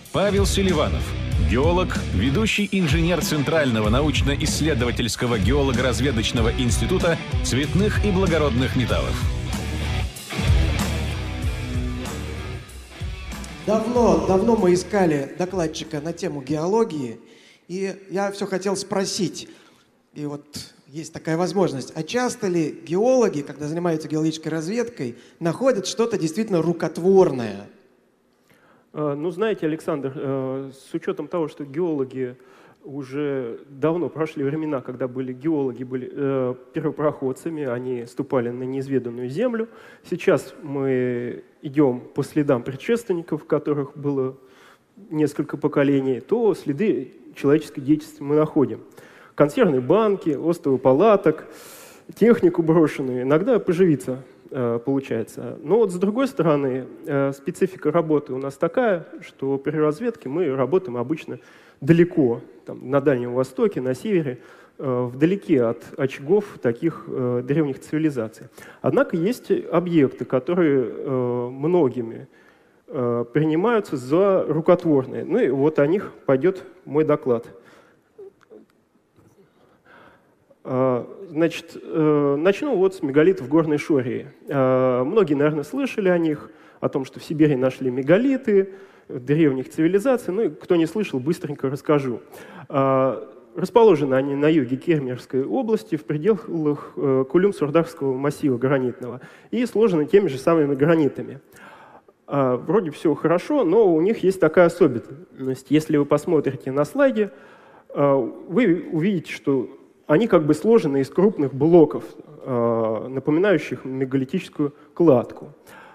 Павел Селиванов, геолог, ведущий инженер Центрального научно-исследовательского геолого-разведочного института цветных и благородных металлов. Давно мы искали докладчика на тему геологии, и я все хотел спросить, и вот есть такая возможность, а часто ли геологи, когда занимаются геологической разведкой, находят что-то действительно рукотворное? Ну, знаете, Александр, с учетом того, что геологи уже давно прошли времена, когда геологи были первопроходцами, они ступали на неизведанную землю. Сейчас мы идем по следам предшественников, которых было несколько поколений, то следы человеческой деятельности мы находим. Консервные банки, остовы палаток, технику брошенную, иногда поживиться получается. Но вот с другой стороны, специфика работы у нас такая, что при разведке мы работаем обычно далеко, там, на Дальнем Востоке, на севере, вдалеке от очагов таких древних цивилизаций. Однако есть объекты, которые многими принимаются за рукотворные. Ну и вот о них пойдет мой доклад. Значит, начну вот с мегалитов Горной Шории. Многие, наверное, слышали о них, о том, что в Сибири нашли мегалиты древних цивилизаций. Ну и кто не слышал, быстренько расскажу. Расположены они на юге Кемеровской области, в пределах Кулюм-Сурдарского массива гранитного, и сложены теми же самыми гранитами. Вроде все хорошо, но у них есть такая особенность. Если вы посмотрите на слайде, вы увидите, что они как бы сложены из крупных блоков, напоминающих мегалитическую кладку.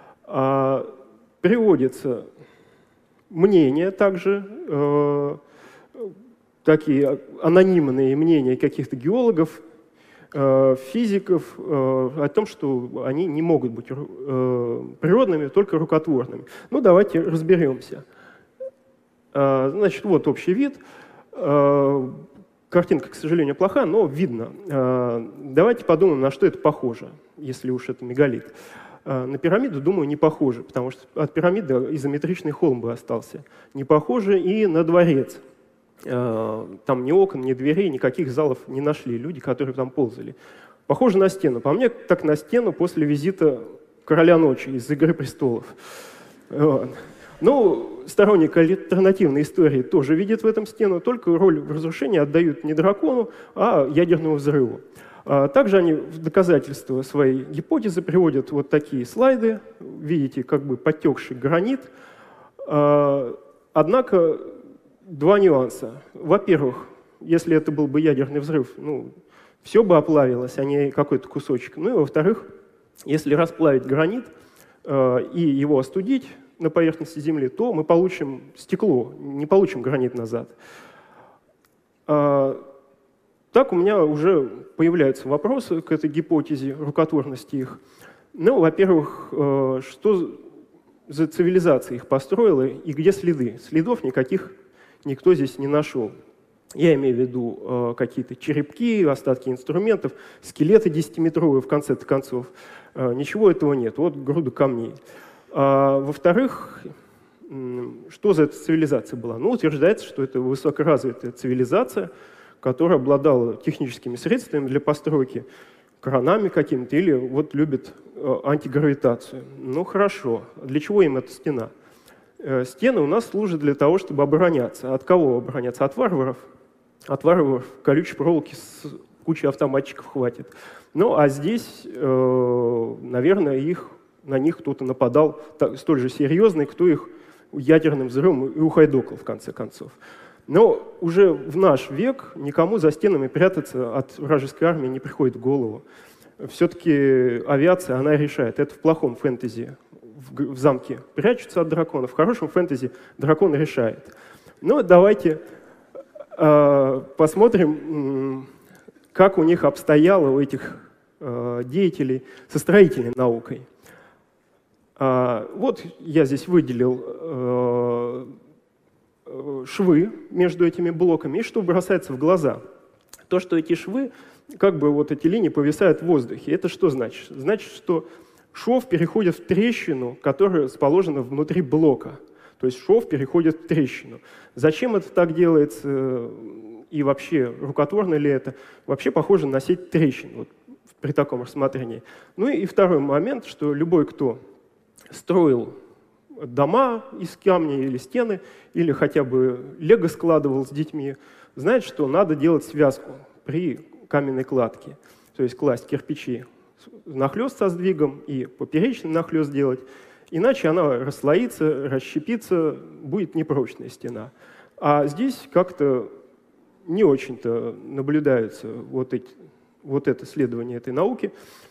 Приводится мнение также, такие анонимные мнения каких-то геологов, физиков о том, что они не могут быть природными, только рукотворными. Ну, давайте разберемся. Значит, вот общий вид. Картинка, к сожалению, плохая, но видно. Давайте подумаем, на что это похоже, если уж это мегалит. На пирамиду, думаю, не похоже, потому что от пирамиды изометричный холм бы остался. Не похоже и на дворец. Там ни окон, ни дверей, никаких залов не нашли люди, которые там ползали. Похоже на стену. По мне, так на стену после визита Короля Ночи из «Игры престолов». Ну, сторонник альтернативной истории тоже видит в этом стену, только роль в разрушении отдают не дракону, а ядерному взрыву. Также они в доказательство своей гипотезы приводят вот такие слайды. Видите, как бы подтекший гранит. Однако два нюанса. Во-первых, если это был бы ядерный взрыв, ну, все бы оплавилось, а не какой-то кусочек. Ну и во-вторых, если расплавить гранит и его остудить на поверхности Земли, то мы получим стекло, не получим гранит назад. Так у меня уже появляются вопросы к этой гипотезе, рукотворности их. Ну, во-первых, что за цивилизация их построила и где следы? Следов никаких никто здесь не нашел. Я имею в виду какие-то черепки, остатки инструментов, скелеты 10-метровые в конце-то концов. Ничего этого нет. Вот груда камней. Во-вторых, что за эта цивилизация была? Ну, утверждается, что это высокоразвитая цивилизация, которая обладала техническими средствами для постройки, кранами какими-то, или вот любит антигравитацию. Ну, хорошо. Для чего им эта стена? Стены у нас служат для того, чтобы обороняться. От кого обороняться? От варваров. От варваров колючей проволоки с кучей автоматчиков хватит. Ну, а здесь, наверное, на них кто-то нападал столь же серьезный, кто их ядерным взрывом и ухайдокал, в конце концов. Но уже в наш век никому за стенами прятаться от вражеской армии не приходит в голову. Все-таки авиация, она решает. Это в плохом фэнтези. В замке прячутся от драконов, в хорошем фэнтези дракон решает. Ну, давайте посмотрим, как у них обстояло, у этих деятелей, со строительной наукой. Вот я здесь выделил швы между этими блоками, и что бросается в глаза? То, что эти швы, как бы вот эти линии повисают в воздухе. Это что значит? Значит, что шов переходит в трещину, которая расположена внутри блока. То есть шов переходит в трещину. Зачем это так делается и вообще рукотворно ли это? Вообще похоже на сеть трещин вот, при таком рассмотрении. Ну и второй момент, что любой, кто строил дома из камня или стены, или хотя бы лего складывал с детьми, знает, что надо делать связку при каменной кладке. То есть класть кирпичи нахлест со сдвигом и поперечный нахлест делать. Иначе она расслоится, расщепится, будет непрочная стена. А здесь как-то не очень-то наблюдается вот это следование этой науки.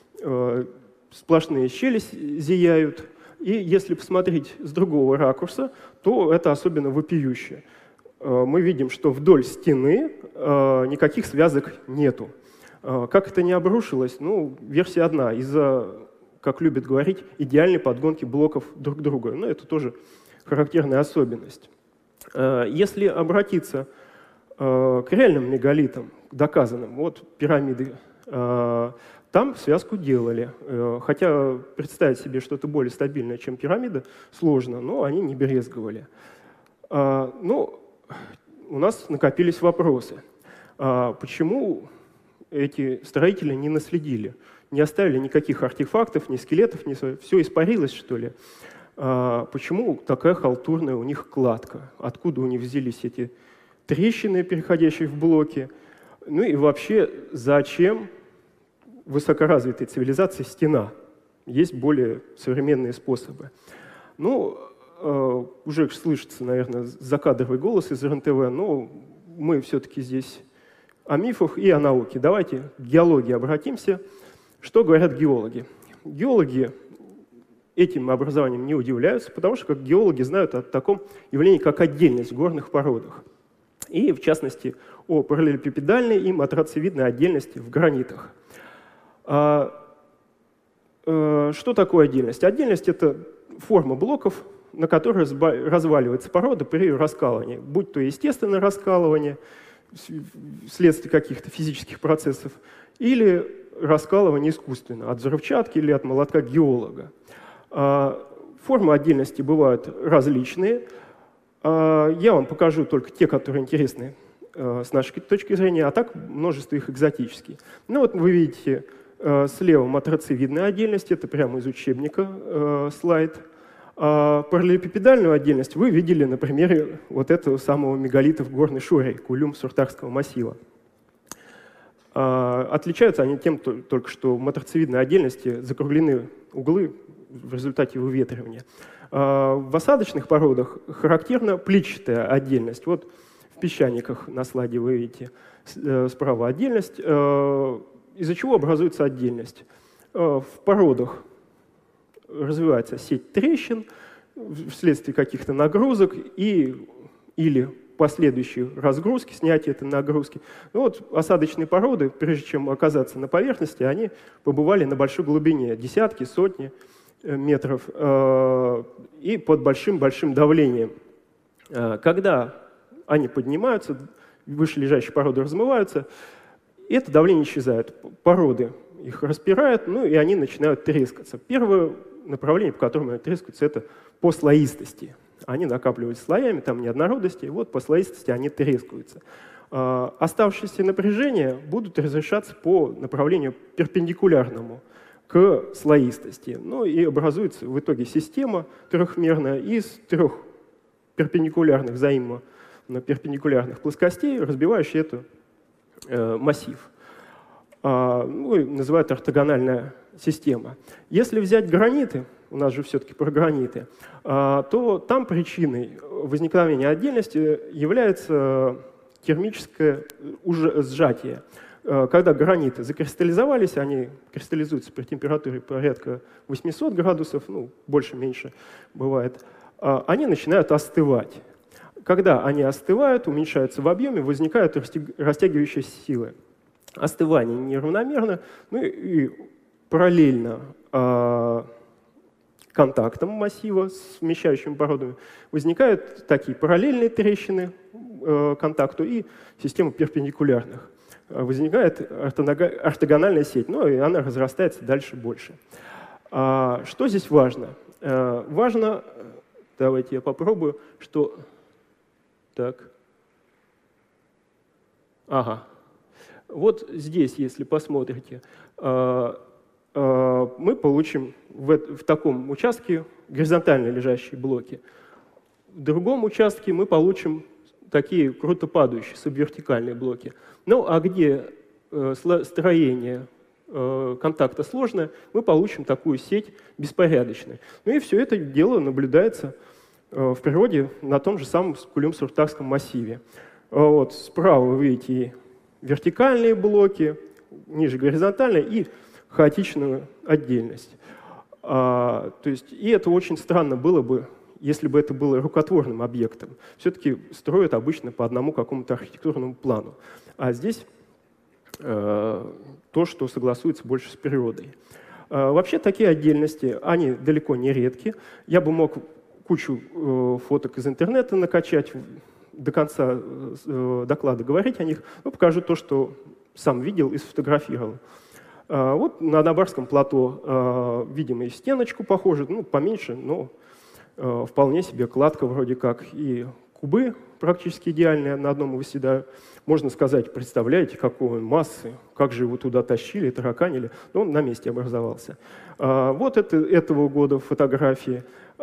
Сплошные щели зияют. И если посмотреть с другого ракурса, то это особенно вопиюще. Мы видим, что вдоль стены никаких связок нету. Как это не обрушилось? Ну, версия одна. Из-за, как любят говорить, идеальной подгонки блоков друг к другу. Но это тоже характерная особенность. Если обратиться к реальным мегалитам, доказанным, вот пирамиды, там связку делали. Хотя представить себе что-то более стабильное, чем пирамида, сложно, но они не брезговали. Ну, у нас накопились вопросы. Почему эти строители не наследили, не оставили никаких артефактов, ни скелетов, все испарилось, что ли? Почему такая халтурная у них кладка? Откуда у них взялись эти трещины, переходящие в блоки? Ну и вообще, зачем высокоразвитой цивилизации стена? Есть более современные способы. Ну, уже слышится, наверное, закадровый голос из РНТВ, но мы все-таки здесь о мифах и о науке. Давайте к геологии обратимся. Что говорят геологи? Геологи этим образованием не удивляются, потому что как геологи знают о таком явлении, как отдельность в горных породах. И, в частности, о параллелепипедальной и матрацевидной отдельности в гранитах. Что такое отдельность? Отдельность — это форма блоков, на которой разваливается порода при ее раскалывании, будь то естественное раскалывание вследствие каких-то физических процессов или раскалывание искусственно, от взрывчатки или от молотка геолога. Формы отдельности бывают различные. Я вам покажу только те, которые интересны с нашей точки зрения, а так множество их экзотических. Ну вот вы видите слева матрацевидная отдельность, это прямо из учебника слайд. Параллелепипедальную отдельность вы видели на примере вот этого самого мегалита в Горной Шоре, Кулюм Суртахского массива. Отличаются они тем только, что в матрацевидной отдельности закруглены углы в результате выветривания. В осадочных породах характерна плитчатая отдельность. Вот в песчаниках на слайде вы видите справа отдельность. Из-за чего образуется отдельность? В породах развивается сеть трещин вследствие каких-то нагрузок или последующей разгрузки, снятия этой нагрузки. Ну вот осадочные породы, прежде чем оказаться на поверхности, они побывали на большой глубине, десятки, сотни метров, и под большим-большим давлением. Когда они поднимаются, вышележащие породы размываются, это давление исчезает. Породы их распирают, ну и они начинают трескаться. Первое направление, по которому они трескаются, это по слоистости. Они накапливаются слоями, там неоднородности, и вот по слоистости они трескаются. Оставшиеся напряжения будут разрешаться по направлению перпендикулярному к слоистости. Ну и образуется в итоге система трехмерная из трех перпендикулярных, взаимно перпендикулярных плоскостей, разбивающая этот массив. Ну, и называют ортогональная система. Если взять граниты, у нас же все-таки про граниты, то там причиной возникновения отдельности является термическое сжатие. Когда граниты закристаллизовались, они кристаллизуются при температуре порядка 800 градусов, ну, больше-меньше бывает, они начинают остывать. Когда они остывают, уменьшаются в объеме, возникают растягивающие силы. Остывание неравномерно, ну и параллельно контактам массива с вмещающими породами возникают такие параллельные трещины контакту и система перпендикулярных. Возникает ортогональная сеть, ну и она разрастается дальше больше. Что здесь важно? Важно давайте я попробую, что... Так. Ага. Вот здесь, если посмотрите, мы получим в таком участке горизонтально лежащие блоки. В другом участке мы получим такие круто падающие субвертикальные блоки. Ну а где строение контакта сложное, мы получим такую сеть беспорядочную. Ну и все это дело наблюдается в природе на том же самом Кулюм-Суртахском массиве. Вот, справа вы видите вертикальные блоки, ниже горизонтальные и хаотичную отдельность. То есть, и это очень странно было бы, если бы это было рукотворным объектом. Все-таки строят обычно по одному какому-то архитектурному плану. А здесь то, что согласуется больше с природой. Вообще такие отдельности, они далеко не редки. Я бы мог кучу фоток из интернета накачать, до конца доклада говорить о них, но покажу то, что сам видел и сфотографировал. Вот на Адабарском плато видим и стеночку похожую, ну, поменьше, но вполне себе кладка вроде как. И кубы практически идеальные на одном выседают. Можно сказать, представляете, какой массы, как же его туда тащили, тараканили, но он на месте образовался. Вот этого года фотографии.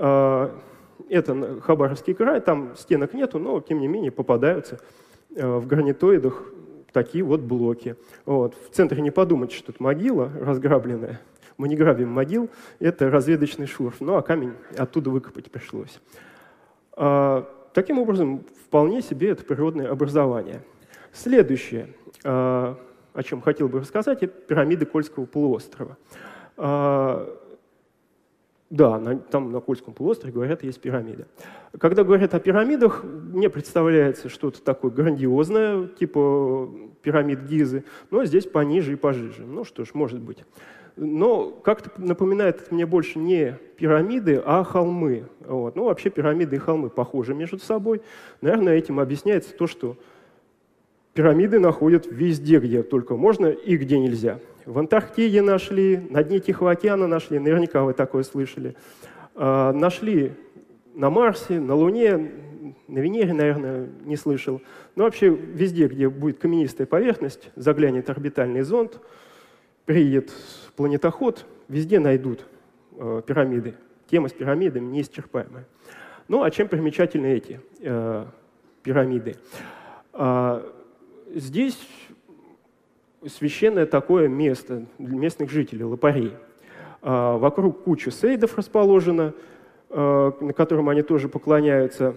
Это Хабаровский край, там стенок нету, но тем не менее попадаются в гранитоидах такие вот блоки. Вот. В центре не подумать, что это могила разграбленная. Мы не грабим могил, это разведочный шурф. Ну а камень оттуда выкопать пришлось. Таким образом, вполне себе это природное образование. Следующее, о чем хотел бы рассказать, это пирамиды Кольского полуострова. Да, там на Кольском полуострове, говорят, есть пирамиды. Когда говорят о пирамидах, мне представляется что-то такое грандиозное, типа пирамид Гизы, но здесь пониже и пожиже. Ну что ж, может быть. Но как-то напоминает это мне больше не пирамиды, а холмы. Вот. Ну, вообще пирамиды и холмы похожи между собой. Наверное, этим объясняется то, что пирамиды находят везде, где только можно и где нельзя. В Антарктиде нашли, на дне Тихого океана нашли, наверняка вы такое слышали. Нашли на Марсе, на Луне, на Венере, наверное, не слышал. Но вообще везде, где будет каменистая поверхность, заглянет орбитальный зонд, приедет планетоход, везде найдут пирамиды. Тема с пирамидами неисчерпаемая. Ну а чем примечательны эти пирамиды? Здесь священное такое место для местных жителей, лопарей. Вокруг куча сейдов расположена, на котором они тоже поклоняются.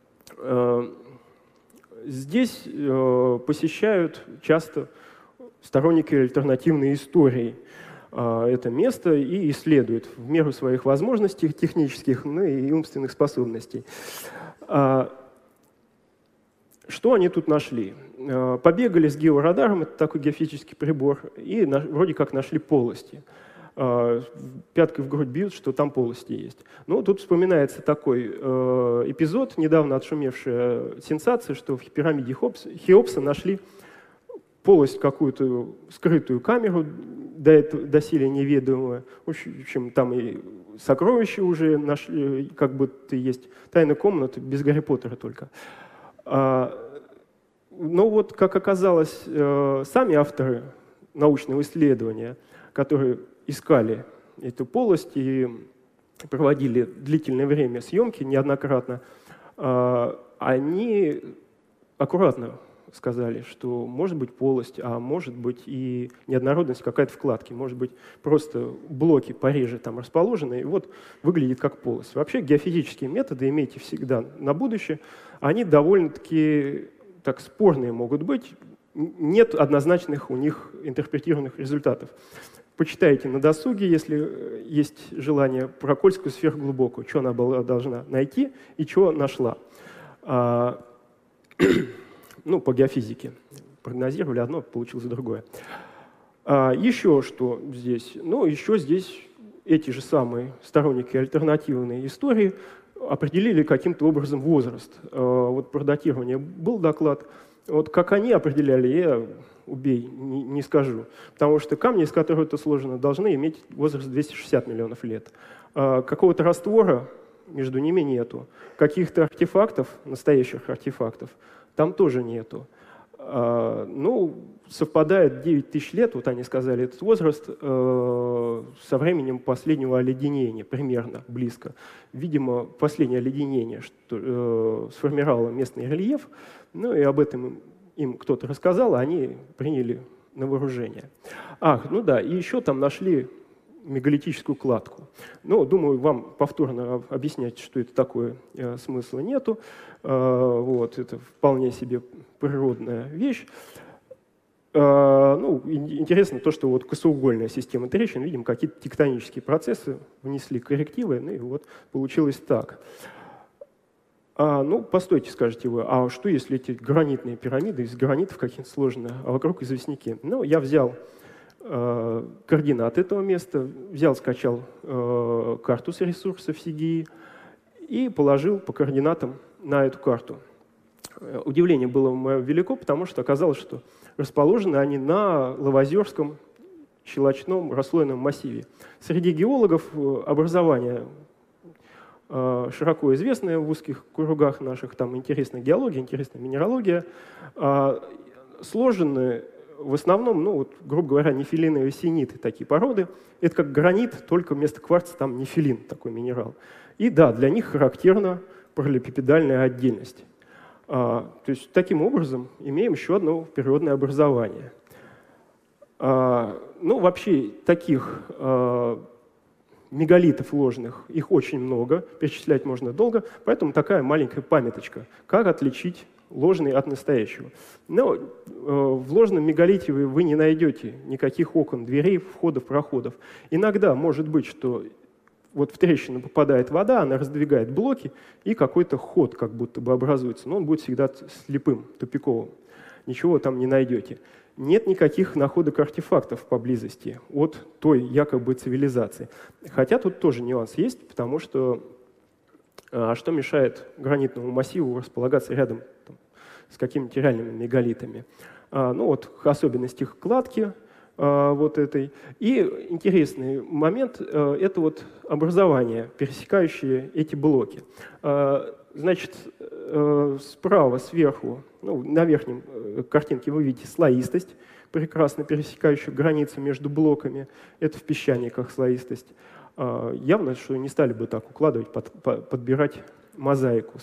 Здесь посещают часто сторонники альтернативной истории это место и исследуют в меру своих возможностей технических, ну, и умственных способностей. Что они тут нашли? Побегали с георадаром, это такой геофизический прибор, и вроде как нашли полости. Пяткой в грудь бьют, что там полости есть. Ну, тут вспоминается такой эпизод, недавно отшумевшая сенсация, что в пирамиде Хеопса нашли полость, какую-то скрытую камеру, доселе неведомую. В общем, там и сокровища уже нашли, как будто есть тайная комната, без Гарри Поттера только. Но вот, как оказалось, сами авторы научного исследования, которые искали эту полость и проводили длительное время съемки неоднократно, они аккуратно сказали, что может быть полость, а может быть и неоднородность какая-то вкладки, может быть просто блоки пореже там расположены, и вот выглядит как полость. Вообще геофизические методы, имейте всегда на будущее, они довольно-таки так спорные могут быть, нет однозначных у них интерпретированных результатов. Почитайте на досуге, если есть желание, про Кольскую сверхглубокую, что она была должна найти и что нашла. Ну, по геофизике. Прогнозировали одно, получилось другое. Еще что здесь? Ну, еще здесь эти же самые сторонники альтернативной истории определили каким-то образом возраст. Вот про датирование был доклад. Вот как они определяли, я убей, не скажу. Потому что камни, из которых это сложено, должны иметь возраст 260 миллионов лет. Какого-то раствора между ними нету. Каких-то артефактов, настоящих артефактов, там тоже нету. Ну, совпадает 9 тысяч лет, вот они сказали этот возраст, со временем последнего оледенения, примерно, близко. Видимо, последнее оледенение сформировало местный рельеф, ну и об этом им кто-то рассказал, а они приняли на вооружение. Ах, ну да, и еще там нашли мегалитическую кладку. Ну, думаю, вам повторно объяснять, что это такое, смысла нету. Вот, это вполне себе природная вещь. Ну, интересно то, что вот косоугольная система трещин, видим, какие-то тектонические процессы внесли коррективы, ну и вот получилось так. Ну, постойте, скажете вы, а что если эти гранитные пирамиды из гранитов какие-то сложные, а вокруг известняки? Ну, я взял координаты этого места, скачал карту с ресурсов CGI и положил по координатам на эту карту. Удивление было мое велико, потому что оказалось, что расположены они на Лавозерском щелочном расслоенном массиве. Среди геологов образование широко известное в узких кругах наших, там интересная геология, интересная минералогия, сложены в основном, ну, вот, грубо говоря, нефелиновые сиениты, такие породы. Это как гранит, только вместо кварца там нефелин, такой минерал. И да, для них характерна параллелепипедальная отдельность. То есть таким образом имеем еще одно природное образование. Ну, вообще таких мегалитов ложных, их очень много, перечислять можно долго, поэтому такая маленькая памяточка, как отличить ложный от настоящего. Но в ложном мегалите вы не найдете никаких окон, дверей, входов, проходов. Иногда может быть, что вот в трещину попадает вода, она раздвигает блоки, и какой-то ход как будто бы образуется, но он будет всегда слепым, тупиковым. Ничего там не найдете. Нет никаких находок артефактов поблизости от той якобы цивилизации. Хотя тут тоже нюанс есть, потому что что мешает гранитному массиву располагаться рядом там с какими-то реальными мегалитами? Ну вот особенность их кладки вот этой. И интересный момент – это вот образование, пересекающее эти блоки. Значит, справа, сверху, ну, на верхнем картинке вы видите слоистость, прекрасно пересекающую границу между блоками. Это в песчаниках слоистость. Явно, что не стали бы так укладывать, подбирать мозаику.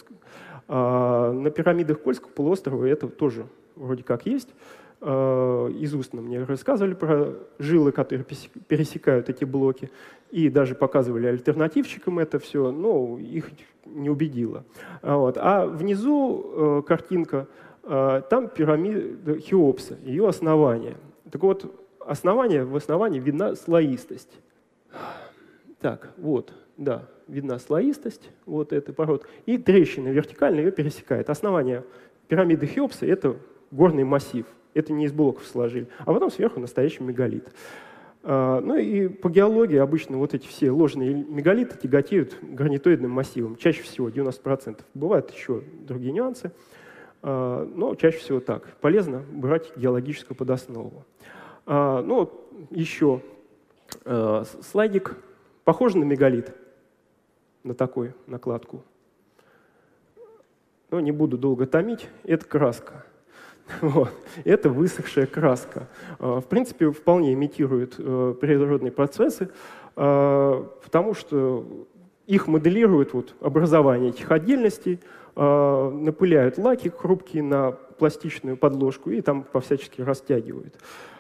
На пирамидах Кольского полуострова это тоже вроде как есть. Из устно мне рассказывали про жилы, которые пересекают эти блоки, и даже показывали альтернативщикам это все, но их не убедило. Вот. А внизу картинка, там пирамида Хеопса, ее основание. Так вот, в основании видна слоистость. Так, вот, да, видна слоистость, вот этой породы, и трещина вертикально ее пересекает. Основание пирамиды Хеопса — это горный массив. Это не из блоков сложили, а потом сверху настоящий мегалит. Ну и по геологии обычно вот эти все ложные мегалиты тяготеют гранитоидным массивом. Чаще всего 90%. Бывают еще другие нюансы, но чаще всего так. Полезно брать геологическую подоснову. Ну, еще слайдик. Похож на мегалит, на такую накладку. Но не буду долго томить. Это краска. Вот. Это высохшая краска. В принципе, вполне имитирует природные процессы, потому что их моделируют вот, образование этих отдельностей, напыляют лаки хрупкие на пластичную подложку и там по-всячески растягивают.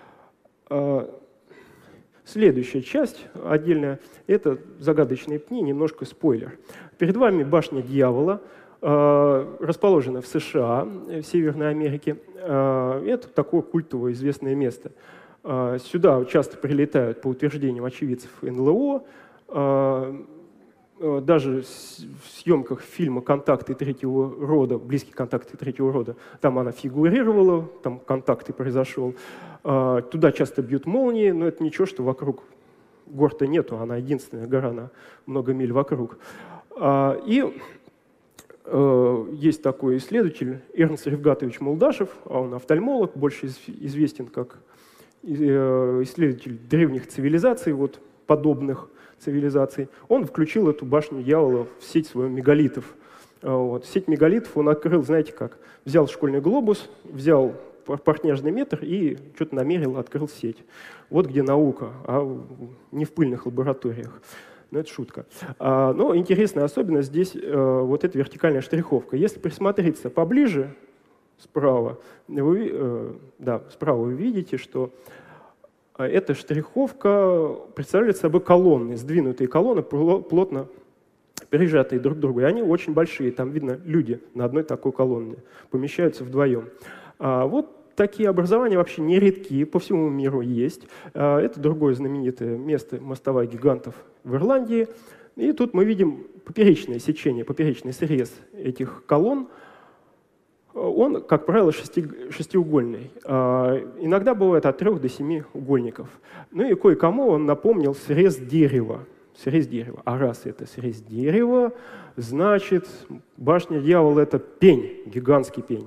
Следующая часть отдельная – это загадочные пни, немножко спойлер. Перед вами башня дьявола, расположена в США, в Северной Америке. Это такое культовое известное место. Сюда часто прилетают, по утверждениям очевидцев, НЛО. Даже в съемках фильма «Контакты третьего рода», «Близкие контакты третьего рода», там она фигурировала, там контакт и произошел. Туда часто бьют молнии, но это ничего, что вокруг гор-то нету, она единственная гора на много миль вокруг. И есть такой исследователь Эрнст Ревгатович Молдашев, он офтальмолог, больше известен как исследователь древних цивилизаций, вот, подобных цивилизаций, он включил эту башню дьявола в сеть своих мегалитов. Вот. Сеть мегалитов он открыл, знаете как, взял школьный глобус, взял партняжный метр и что-то намерил, открыл сеть. Вот где наука, а не в пыльных лабораториях. Ну, это шутка. Но интересная особенность здесь вот эта вертикальная штриховка. Если присмотреться поближе, справа вы видите, что эта штриховка представляет собой колонны, сдвинутые колонны, плотно прижатые друг к другу. И они очень большие. Там видно, люди на одной такой колонне помещаются вдвоем. Вот такие образования вообще не редки, по всему миру есть. Это другое знаменитое место мостовая гигантов в Ирландии. И тут мы видим поперечное сечение, поперечный срез этих колонн. Он, как правило, шестиугольный. Иногда бывает от 3 до 7 угольников. Ну и кое-кому он напомнил срез дерева. Срез дерева. А раз это срез дерева, значит, башня дьявола — это пень, гигантский пень.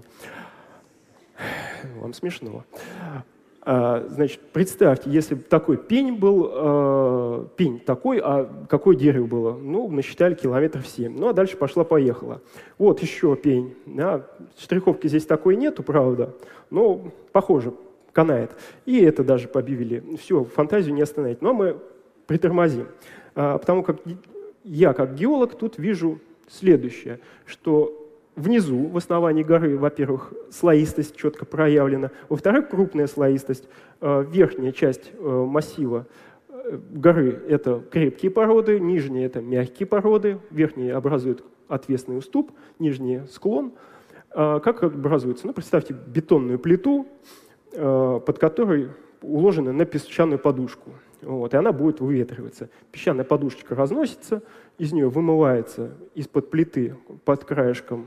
Вам смешно. Значит, представьте, если бы такой пень был, пень такой, а какое дерево было? Ну, насчитали километров 7. Ну, а дальше пошла-поехала. Вот еще пень. Штриховки здесь такой нету, правда, но похоже, канает. И это даже побивили. Все, фантазию не остановить. Но мы притормозим. Потому как я, как геолог, тут вижу следующее, что внизу, в основании горы, во-первых, слоистость четко проявлена, во-вторых, крупная слоистость. Верхняя часть массива горы — это крепкие породы, нижние — это мягкие породы, верхние образуют отвесный уступ, нижние — склон. Как образуется? Ну, представьте бетонную плиту, под которой уложена на песчаную подушку. Вот, и она будет выветриваться. Песчаная подушечка разносится, из нее вымывается из-под плиты под краешком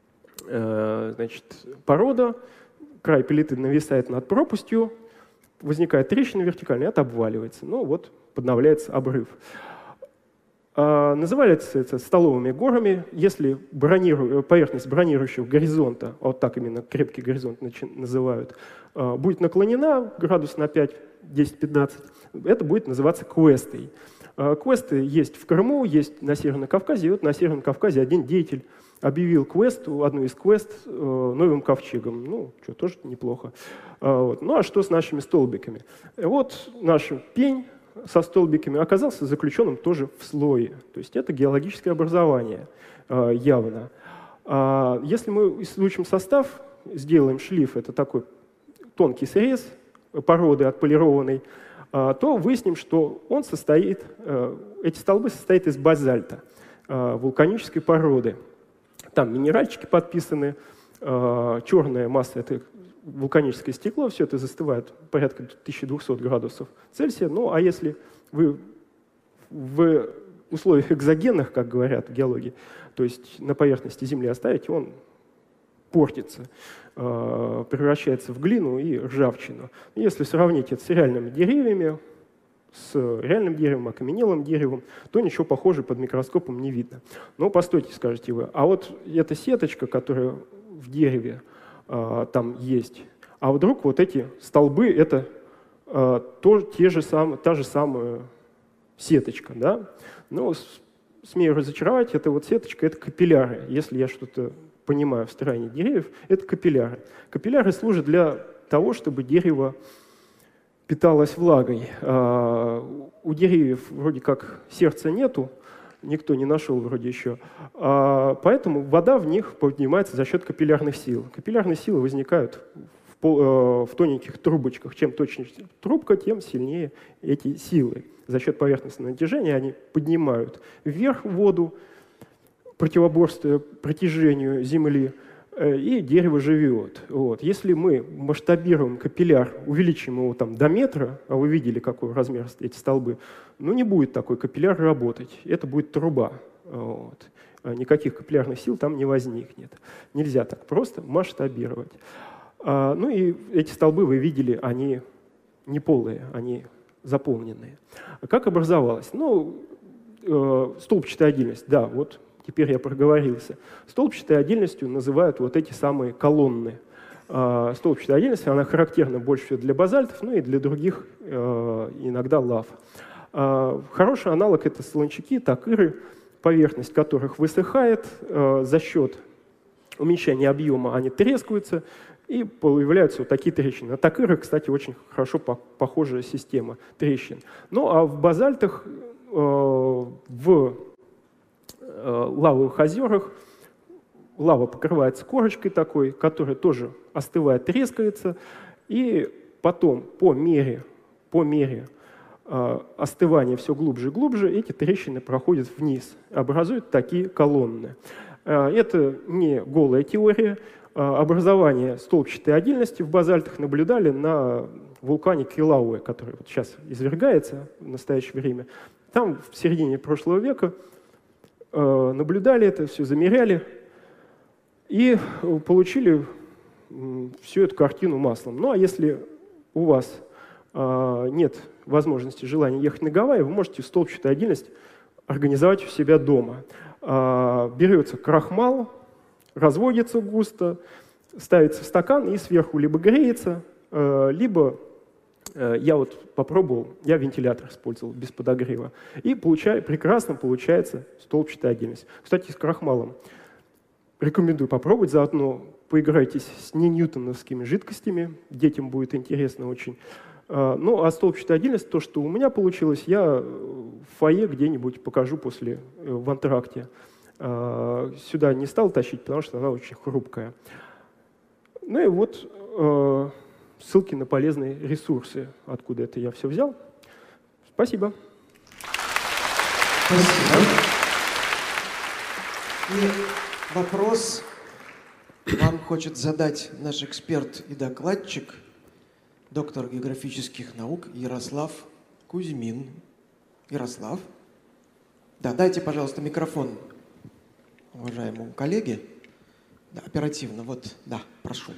порода, край плиты нависает над пропастью, возникает трещина вертикальная, это обваливается. Ну вот, подновляется обрыв. Называется это столовыми горами. Если поверхность бронирующего горизонта, вот так именно крепкий горизонт называют, будет наклонена градус на 5, 10-15, это будет называться квестой. Квесты есть в Крыму, есть на Северном Кавказе. И вот на Северном Кавказе один деятель объявил одну из квест новым ковчегом. Ну, что, тоже неплохо. Вот. Ну, а что с нашими столбиками? Вот наш пень со столбиками оказался заключенным тоже в слое. То есть это геологическое образование явно. Если мы изучим состав, сделаем шлиф, это такой тонкий срез породы отполированной, то выясним, что эти столбы состоят из базальта, вулканической породы. Там минеральчики подписаны, черная масса — это вулканическое стекло, все это застывает порядка 1200 градусов Цельсия. Ну, а если вы в условиях экзогенных, как говорят в геологии, то есть на поверхности Земли оставите, он портится, превращается в глину и ржавчину. Если сравнить это с реальными деревьями, с реальным деревом, окаменелым деревом, то ничего похожего под микроскопом не видно. Но постойте, скажете вы, а вот эта сеточка, которая в дереве там есть, а вдруг вот эти столбы — это та же самая сеточка, да? Но смею разочаровать, эта вот сеточка — это капилляры. Если я что-то понимаю в строении деревьев, это капилляры. Капилляры служат для того, чтобы дерево питалось влагой. У деревьев вроде как сердца нету, никто не нашел вроде еще, поэтому вода в них поднимается за счет капиллярных сил. Капиллярные силы возникают в тоненьких трубочках. Чем точнее трубка, тем сильнее эти силы. За счет поверхностного натяжения они поднимают вверх воду, противоборствуя притяжению Земли, и дерево живет. Вот. Если мы масштабируем капилляр, увеличим его там до метра, а вы видели, какой размер эти столбы, ну не будет такой капилляр работать. Это будет труба. Вот. Никаких капиллярных сил там не возникнет. Нельзя так просто масштабировать. Ну и эти столбы, вы видели, они не полые, они заполненные. Как образовалось? Ну, столбчатая отдельность, да, вот. Теперь я проговорился. Столбчатой отдельностью называют вот эти самые колонны. Столбчатая отдельность, она характерна больше всего для базальтов, ну и для других иногда лав. Хороший аналог — это солончаки, такыры, поверхность которых высыхает, за счет уменьшения объема они трескаются, и появляются вот такие трещины. На такырах, кстати, очень хорошо похожая система трещин. Ну а в базальтах, в лавовых озерах лава покрывается корочкой такой, которая тоже остывает, трескается, и потом по мере остывания все глубже и глубже эти трещины проходят вниз, образуют такие колонны. Это не голая теория. Образование столбчатой отдельности в базальтах наблюдали на вулкане Килауэ, который вот сейчас извергается в настоящее время. Там в середине прошлого века наблюдали это, все замеряли и получили всю эту картину маслом. Ну а если у вас нет возможности, желания ехать на Гавайи, вы можете столбчатую отдельность организовать у себя дома. Берется крахмал, разводится густо, ставится в стакан и сверху либо греется, либо я вот попробовал, я вентилятор использовал без подогрева, и прекрасно получается столбчатая отдельность. Кстати, с крахмалом рекомендую попробовать, заодно поиграйтесь с неньютоновскими жидкостями, детям будет интересно очень. Ну, а столбчатая отдельность, то, что у меня получилось, я в фойе где-нибудь покажу после в антракте. Сюда не стал тащить, потому что она очень хрупкая. Ну и вот ссылки на полезные ресурсы, откуда это я все взял. Спасибо. Спасибо. И вопрос вам хочет задать наш эксперт и докладчик, доктор географических наук Ярослав Кузьмин. Ярослав? Да, дайте, пожалуйста, микрофон уважаемому коллеге. Да, оперативно, вот, да, прошу.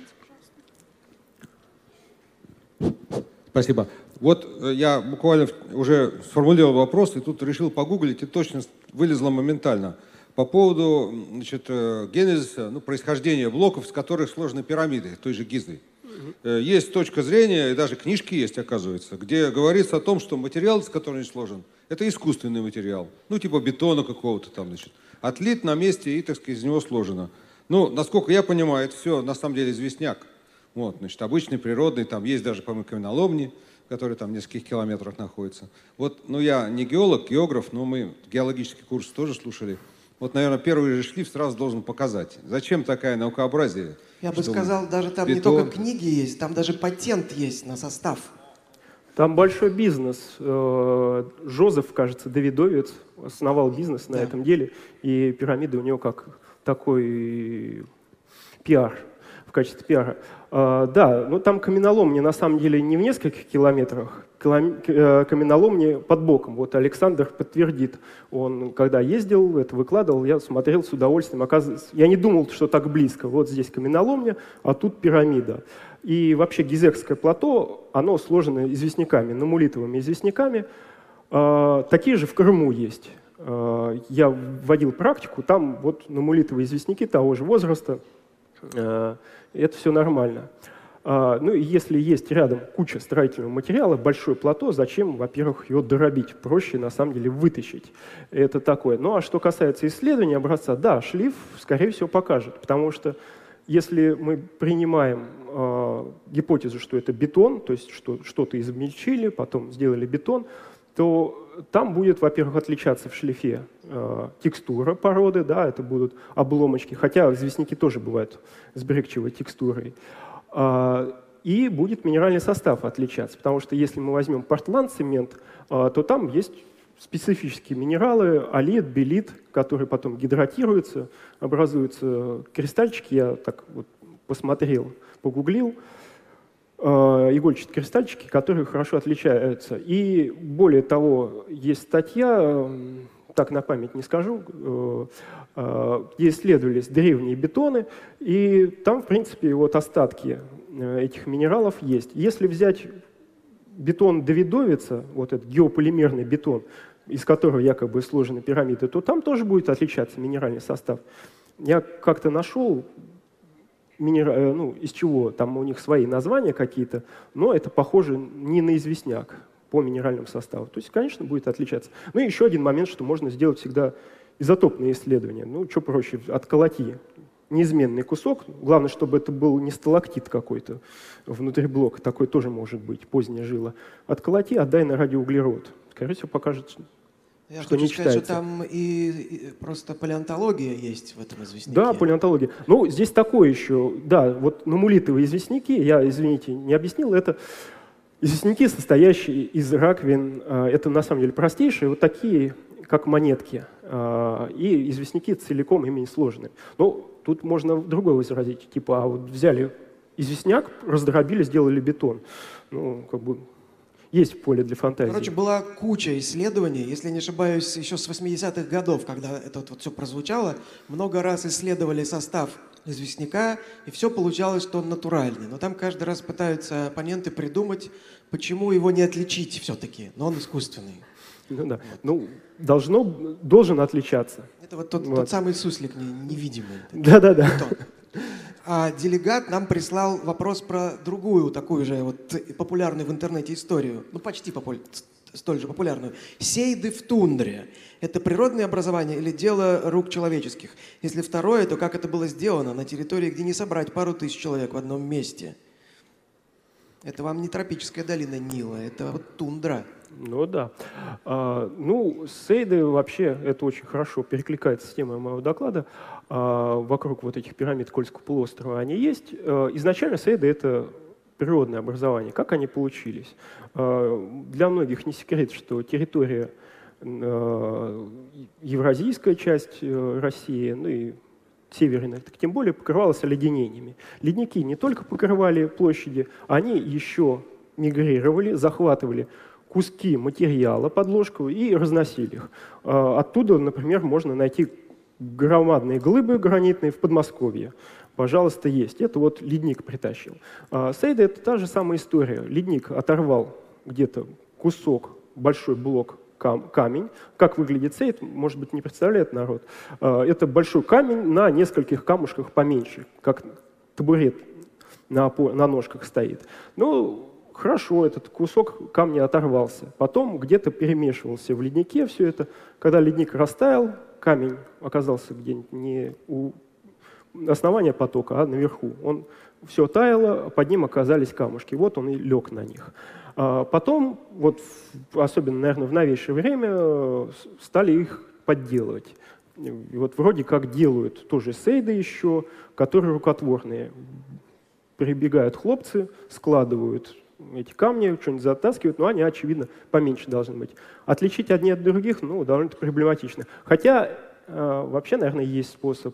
Спасибо. Вот я буквально уже сформулировал вопрос, и тут решил погуглить, и точно вылезло моментально. По поводу, значит, генезиса, происхождения блоков, из которых сложены пирамиды той же Гизы. Есть точка зрения, и даже книжки есть, оказывается, где говорится о том, что материал, из которого он сложен, это искусственный материал. Ну, типа бетона какого-то там, значит. Отлит на месте и, так сказать, из него сложено. Ну, насколько я понимаю, это все на самом деле известняк. Вот, значит, обычный, природный, там есть даже, по-моему, каменоломни, которые там в нескольких километрах находятся. Вот, ну, я не геолог, географ, но мы геологический курс тоже слушали. Вот, наверное, первый же шлиф сразу должен показать. Зачем такая наукообразие? Я бы сказал, даже там не только книги есть, там даже патент есть на состав. Там большой бизнес. Жозеф, кажется, Давидовец основал бизнес на этом деле, и пирамиды у него как такой пиар, в качестве пиара. Да, но там каменоломни на самом деле не в нескольких километрах, каменоломни под боком. Вот Александр подтвердит. Он, когда ездил, это выкладывал, я смотрел с удовольствием. Оказывается, я не думал, что так близко. Вот здесь каменоломня, а тут пирамида. И вообще Гизекское плато, оно сложено известняками, намулитовыми известняками. Такие же в Крыму есть. Я вводил практику, там вот намулитовые известняки того же возраста. Это все нормально. Ну и если есть рядом куча строительного материала, большое плато, зачем, во-первых, его доробить? Проще, на самом деле, вытащить. Это такое. Ну а что касается исследования образца, да, шлиф, скорее всего, покажет. Потому что если мы принимаем гипотезу, что это бетон, то есть что что-то измельчили, потом сделали бетон, то там будет, во-первых, отличаться в шлифе текстура породы, да, это будут обломочки, хотя известняки тоже бывают с брекчевой текстурой. И будет минеральный состав отличаться, потому что если мы возьмем портландцемент, то там есть специфические минералы, олит, белит, которые потом гидратируются, образуются кристальчики, я так вот посмотрел, погуглил, игольчатые кристальчики, которые хорошо отличаются. И более того, есть статья, так на память не скажу, где исследовались древние бетоны, и там, в принципе, вот остатки этих минералов есть. Если взять бетон Давидовица, вот этот геополимерный бетон, из которого якобы сложены пирамиды, то там тоже будет отличаться минеральный состав. Я как-то нашел, из чего, там у них свои названия какие-то, но это похоже не на известняк. по минеральному составу. То есть, конечно, будет отличаться. Ну и еще один момент, что можно сделать всегда изотопные исследования. Ну, что проще, отколоти неизменный кусок. Главное, чтобы это был не сталактит какой-то внутри блока, такой тоже может быть, поздняя жила. Отколоти, отдай на радиоуглерод. Скорее всего, покажет, Я что хочу не сказать, читается. что там и просто палеонтология есть в этом известняке. Да, палеонтология. Ну, здесь такое еще, да, вот нумулитовые известняки, я, извините, не объяснил, это известняки, состоящие из раковин, это на самом деле простейшие, вот такие, как монетки, и известняки целиком ими не сложные. Но тут можно другое возразить, типа, а вот взяли известняк, раздробили, сделали бетон. Ну, как бы есть поле для фантазии. Короче, была куча исследований, если не ошибаюсь, еще с 80-х годов, когда это вот все прозвучало, много раз исследовали состав известняка, и все получалось, что он натуральный. Но там каждый раз пытаются оппоненты придумать, почему его не отличить все-таки, но он искусственный. Ну, да. Ну, должен отличаться. Это вот тот самый суслик невидимый. Да-да-да. А делегат нам прислал вопрос про другую, такую же вот популярную в интернете историю, ну почти столь же популярную. Сейды в тундре. Это природное образование или дело рук человеческих? Если второе, то как это было сделано на территории, где не собрать пару тысяч человек в одном месте? Это вам не тропическая долина Нила, это вот тундра. Ну да. Ну, сейды вообще, это очень хорошо перекликается с темой моего доклада. Вокруг вот этих пирамид Кольского полуострова они есть. Изначально сейды — это природное образование. Как они получились? Для многих не секрет, что территория, евразийская часть России, ну и северная, так тем более покрывалась оледенениями. Ледники не только покрывали площади, они еще мигрировали, захватывали куски материала подложкового и разносили их. Оттуда, например, можно найти громадные глыбы гранитные в Подмосковье. Пожалуйста, есть. Это вот ледник притащил. Сейды — это та же самая история. Ледник оторвал где-то кусок, большой блок камень. Как выглядит сейд, может быть, не представляет народ. Это большой камень на нескольких камушках поменьше, как табурет на ножках стоит. Ну, хорошо, этот кусок камня оторвался. Потом где-то перемешивался в леднике все это. Когда ледник растаял, камень оказался где-нибудь не у основания потока, а наверху. Он все таяло, под ним оказались камушки. Вот он и лег на них. Потом, вот, особенно, наверное, в новейшее время, стали их подделывать. И вот вроде как делают тоже сейды еще, которые рукотворные. Прибегают хлопцы, складывают эти камни, что-нибудь затаскивают, но они, очевидно, поменьше должны быть. Отличить одни от других, ну, довольно-таки проблематично. Хотя, вообще, наверное, есть способ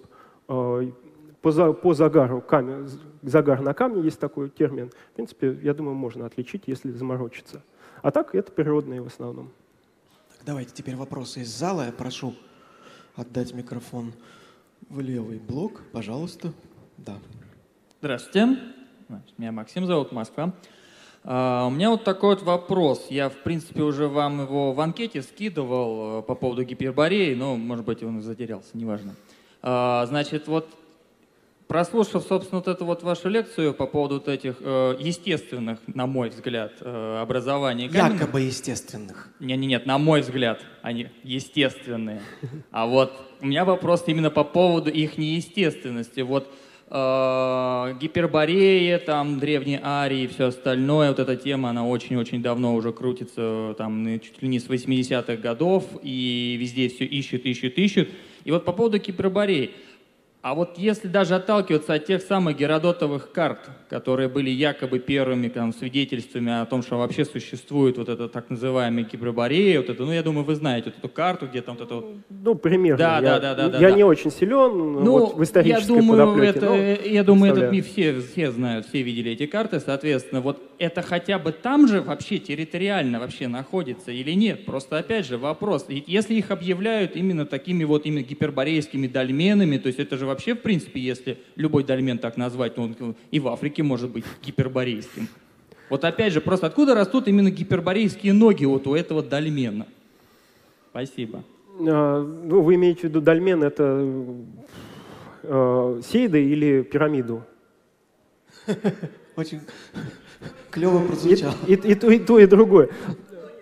по загару, загар на камне есть такой термин. В принципе, я думаю, можно отличить, если заморочиться. А так, это природные в основном. Давайте теперь вопросы из зала. Я прошу отдать микрофон в левый блок. Пожалуйста. Да. Здравствуйте. Меня Максим зовут, Москва. У меня вот такой вот вопрос. Я, в принципе, уже вам его в анкете скидывал по поводу Гипербореи, но, может быть, он затерялся, неважно. Значит, вот прослушав, собственно, вот эту вот вашу лекцию по поводу вот этих естественных, на мой взгляд, образований каменных. Якобы естественных. Нет, на мой взгляд, они естественные. А вот у меня вопрос именно по поводу их неестественности. Вот Гиперборея, там, древние арии и все остальное, вот эта тема, она очень-очень давно уже крутится, там, чуть ли не с 80-х годов, и везде все ищут. И вот по поводу Гипербореи. А вот если даже отталкиваться от тех самых геродотовых карт, которые были якобы первыми там, свидетельствами о том, что вообще существует вот эта так называемая Гиперборея, вот это, ну, я думаю, вы знаете вот эту карту, где там вот это вот... Ну, примерно. Да. Я не очень силен вот, в исторической подоплеке. Я думаю, этот миф все знают, все видели эти карты, соответственно, вот это хотя бы там же вообще территориально вообще находится или нет? Просто опять же вопрос, если их объявляют именно такими вот именно гиперборейскими дольменами, то есть это же вообще, в принципе, если любой дольмен так назвать, ну, он и в Африке может быть гиперборейским. Вот опять же, просто откуда растут именно гиперборейские ноги вот у этого дольмена? Спасибо. Ну, вы имеете в виду дольмен, это сейды или пирамиду? Очень клево прозвучало. И то, и другое.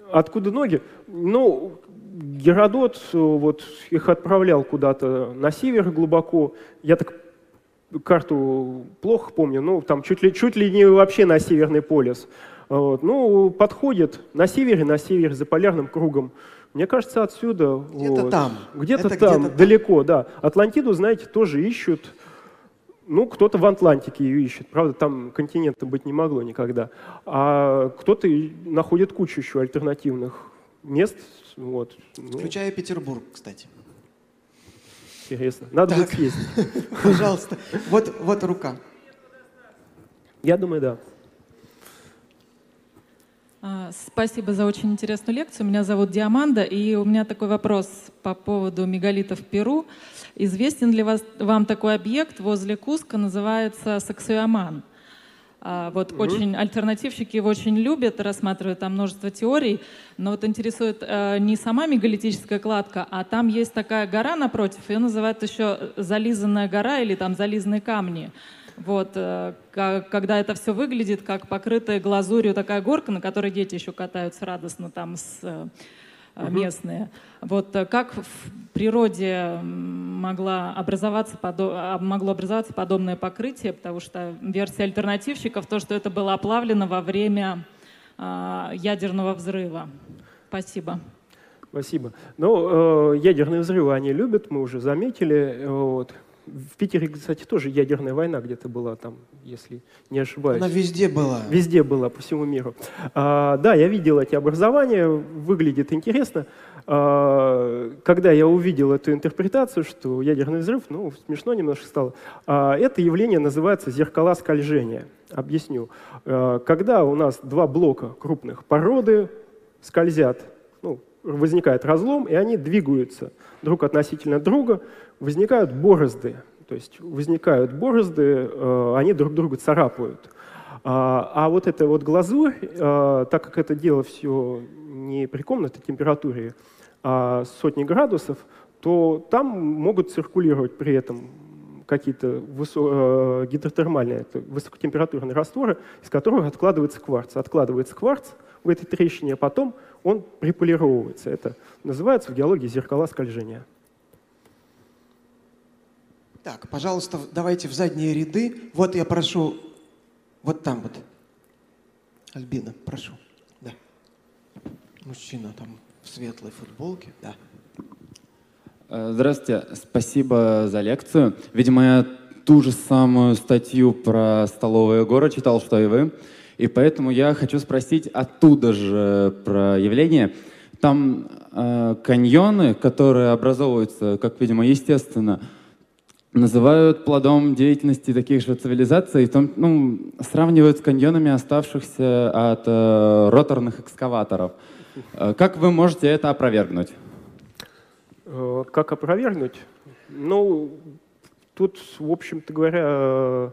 Откуда ноги? Ну, Геродот вот их отправлял куда-то на север глубоко. Я так карту плохо помню, ну, там чуть ли не вообще на Северный полюс. Вот. Ну, подходит на север, за полярным кругом. Мне кажется, отсюда. Где-то вот. там. Где-то Это там, где-то далеко, да. Атлантиду, знаете, тоже ищут. Ну, кто-то в Атлантике ее ищет. Правда, там континента быть не могло никогда. А кто-то находит кучу еще альтернативных мест. Вот. Ну, Включая Петербург, кстати. интересно. Надо будет Так. съездить. Пожалуйста. Вот рука. Я думаю, да. Спасибо за очень интересную лекцию. Меня зовут Диаманда, и у меня такой вопрос по поводу мегалитов в Перу. Известен ли вам такой объект возле Куска, называется Саксайаман? Вот очень альтернативщики его очень любят, рассматривают там множество теорий, но вот интересует не сама мегалитическая кладка, а там есть такая гора напротив, ее называют еще зализанная гора или там зализанные камни. Вот, когда это все выглядит как покрытая глазурью такая горка, на которой дети еще катаются радостно там местные. Вот как в природе могло образоваться подобное покрытие, потому что версия альтернативщиков то, что это было оплавлено во время ядерного взрыва. Спасибо. Спасибо. Ну, ядерные взрывы они любят, мы уже заметили. Вот. В Питере, кстати, тоже ядерная война где-то была там, если не ошибаюсь. Она везде была. Везде была, по всему миру. Да, я видел эти образования, выглядит интересно. Когда я увидел эту интерпретацию, что ядерный взрыв, ну, смешно немножко стало, это явление называется зеркала скольжения. Объясню. Когда у нас два блока крупных породы скользят, ну, возникает разлом, и они двигаются друг относительно друга, возникают борозды. То есть возникают борозды, они друг друга царапают. А вот эта вот глазурь, так как это дело все не при комнатной температуре, а сотни градусов, то там могут циркулировать при этом какие-то гидротермальные, высокотемпературные растворы, из которых откладывается кварц. Откладывается кварц в этой трещине, а потом он приполировывается. Это называется в геологии зеркала скольжения. Так, пожалуйста, давайте в задние ряды. Вот я прошу, вот там вот. Альбина, прошу. Да. Мужчина там в светлой футболке. Да. Здравствуйте, спасибо за лекцию. Видимо, я ту же самую статью про столовые горы читал, что и вы. И поэтому я хочу спросить оттуда же про явление. Там каньоны, которые образовываются, как, видимо, естественно, называют плодом деятельности таких же цивилизаций, сравнивают с каньонами, оставшихся от роторных экскаваторов. Как вы можете это опровергнуть? Как опровергнуть? Ну, тут, в общем-то говоря,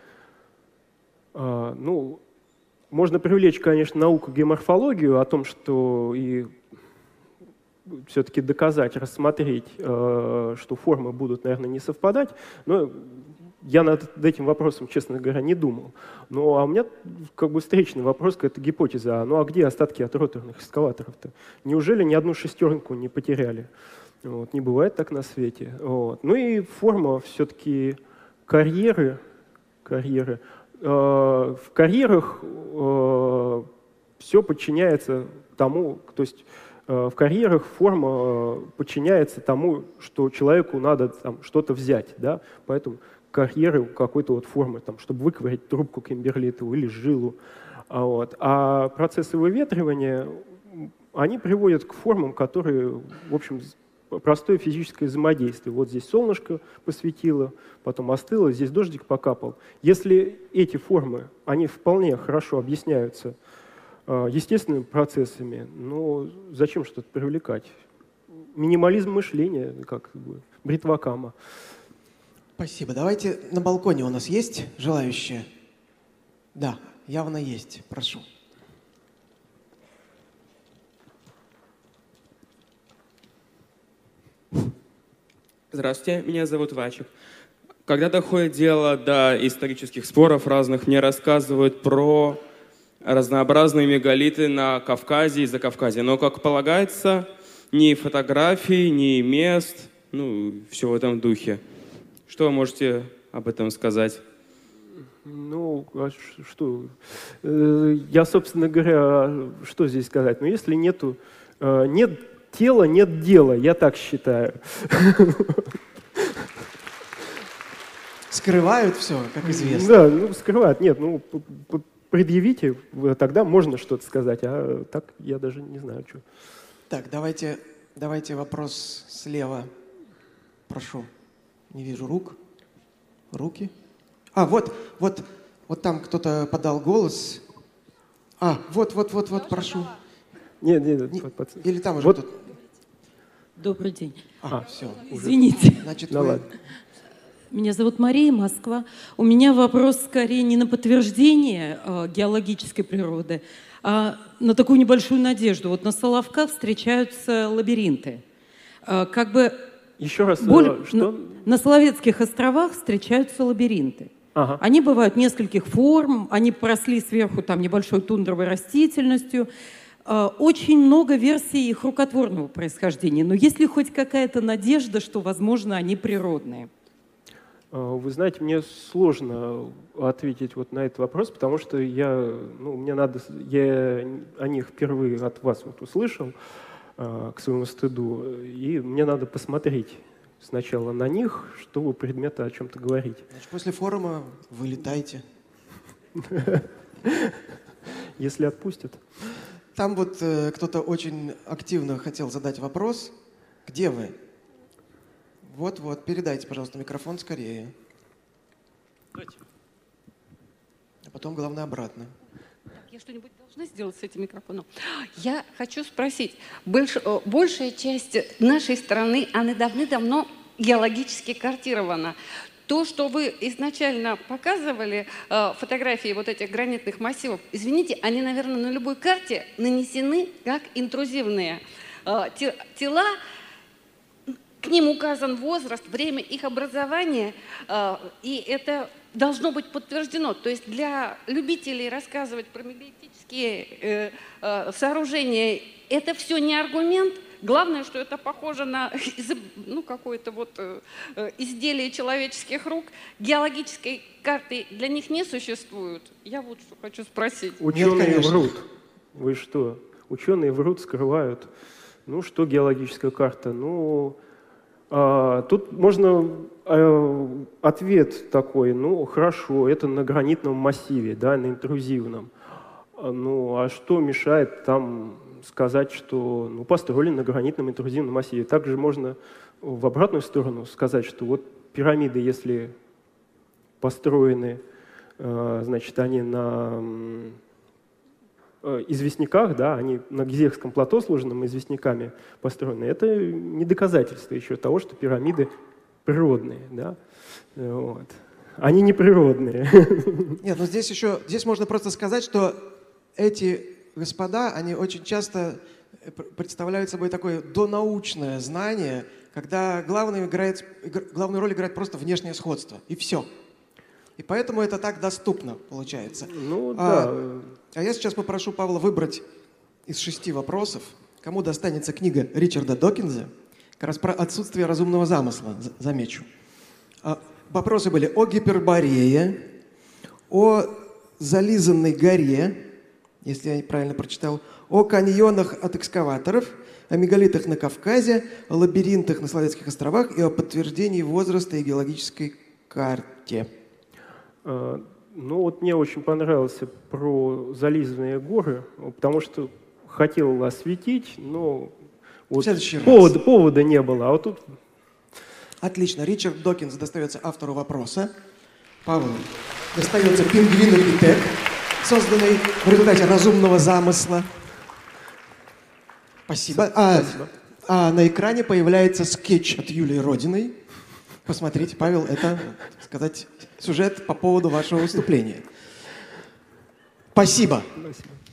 можно привлечь, конечно, науку геоморфологию о том, что и все-таки доказать, рассмотреть, что формы будут, наверное, не совпадать. Но я над этим вопросом, честно говоря, не думал. Ну, а у меня как бы встречный вопрос к этой гипотезе. Ну, а где остатки от роторных экскаваторов-то? Неужели ни одну шестеренку не потеряли? Вот, не бывает так на свете. Вот. Ну и форма все-таки карьеры. В карьерах все подчиняется тому, то есть в карьерах форма подчиняется тому, что человеку надо там что-то взять, да? Поэтому карьеры какой-то вот формы, там, чтобы выковырять трубку кимберлитовую или жилу. Вот. А процессы выветривания, они приводят к формам, которые, в общем, простое физическое взаимодействие. Вот здесь солнышко посветило, потом остыло, здесь дождик покапал. Если эти формы, они вполне хорошо объясняются естественными процессами, но зачем что-то привлекать? Минимализм мышления, как бы, бритва Кама. Спасибо. Давайте на балконе у нас есть желающие? Да, явно есть. Прошу. Здравствуйте, меня зовут Вачик. Когда доходит дело до исторических споров разных, мне рассказывают про разнообразные мегалиты на Кавказе и Закавказье. Но, как полагается, ни фотографий, ни мест, ну, все в этом духе. Что вы можете об этом сказать? Ну, а что? Я, собственно говоря, что здесь сказать? Ну, если нет тела, нет дела, я так считаю. Скрывают все, как известно. Да, ну, скрывают. Нет, ну, предъявите, тогда можно что-то сказать, а так я даже не знаю, что. Так, давайте вопрос слева. Прошу. Не вижу рук. Руки. А, вот там кто-то подал голос. А, вот, прошу. Нет, Или там уже вот. кто-то. Добрый день. Все. Извините. Значит, Да ладно. Меня зовут Мария, Москва. У меня вопрос скорее не на подтверждение геологической природы, а на такую небольшую надежду. Вот на Соловках встречаются лабиринты. Как бы Еще раз, что? На Соловецких островах встречаются лабиринты. Ага. Они бывают нескольких форм, они поросли сверху там небольшой тундровой растительностью. Очень много версий их рукотворного происхождения. Но есть ли хоть какая-то надежда, что, возможно, они природные? Вы знаете, мне сложно ответить вот на этот вопрос, потому что я о них впервые от вас вот услышал, к своему стыду, и мне надо посмотреть сначала на них, чтобы предметы о чем-то говорить. Значит, после форума вылетайте. Если отпустят. Там вот кто-то очень активно хотел задать вопрос. Где вы? Вот, передайте, пожалуйста, микрофон скорее. А потом, главное, обратно. Я что-нибудь должна сделать с этим микрофоном? Я хочу спросить. Большая часть нашей страны, она давным-давно геологически картирована. То, что вы изначально показывали, фотографии вот этих гранитных массивов, извините, они, наверное, на любой карте нанесены как интрузивные тела. К ним указан возраст, время их образования, и это должно быть подтверждено. То есть для любителей рассказывать про мегалитические сооружения это все не аргумент. Главное, что это похоже на какое-то изделие человеческих рук. Геологической карты для них не существует. Я вот что хочу спросить. Ученые врут. Вы что? Ученые врут, скрывают. Ну, что геологическая карта? Ну, тут можно ответ такой, ну, хорошо, это на гранитном массиве, да, на интрузивном. Ну, а что мешает там сказать, что построили на гранитном интрузивном массиве? Также можно в обратную сторону сказать, что вот пирамиды, если построены, значит, они на известняках, да, они на Гизехском плато, сложенном известняками построены, это не доказательство еще того, что пирамиды природные, да, вот. Они не природные. Нет, но здесь можно просто сказать, что эти господа, они очень часто представляют собой такое донаучное знание, когда главную роль играет просто внешнее сходство, и все. И поэтому это так доступно, получается. Ну, да. А я сейчас попрошу Павла выбрать из 6 вопросов, кому достанется книга Ричарда Докинза, как раз про отсутствие разумного замысла, замечу. Вопросы были о Гиперборее, о зализанной горе, если я правильно прочитал, о каньонах от экскаваторов, о мегалитах на Кавказе, о лабиринтах на Соловецких островах и о подтверждении возраста и геологической карте. Ну вот мне очень понравился про зализанные горы, потому что хотел осветить, но вот повода не было. А вот тут... Отлично. Ричард Докинз достается автору вопроса. Павлу достается пингвинопитек, созданный в результате разумного замысла. Спасибо. А на экране появляется скетч от Юлии Родиной. Посмотрите, Павел, это, так сказать, сюжет по поводу вашего выступления. Спасибо. Спасибо.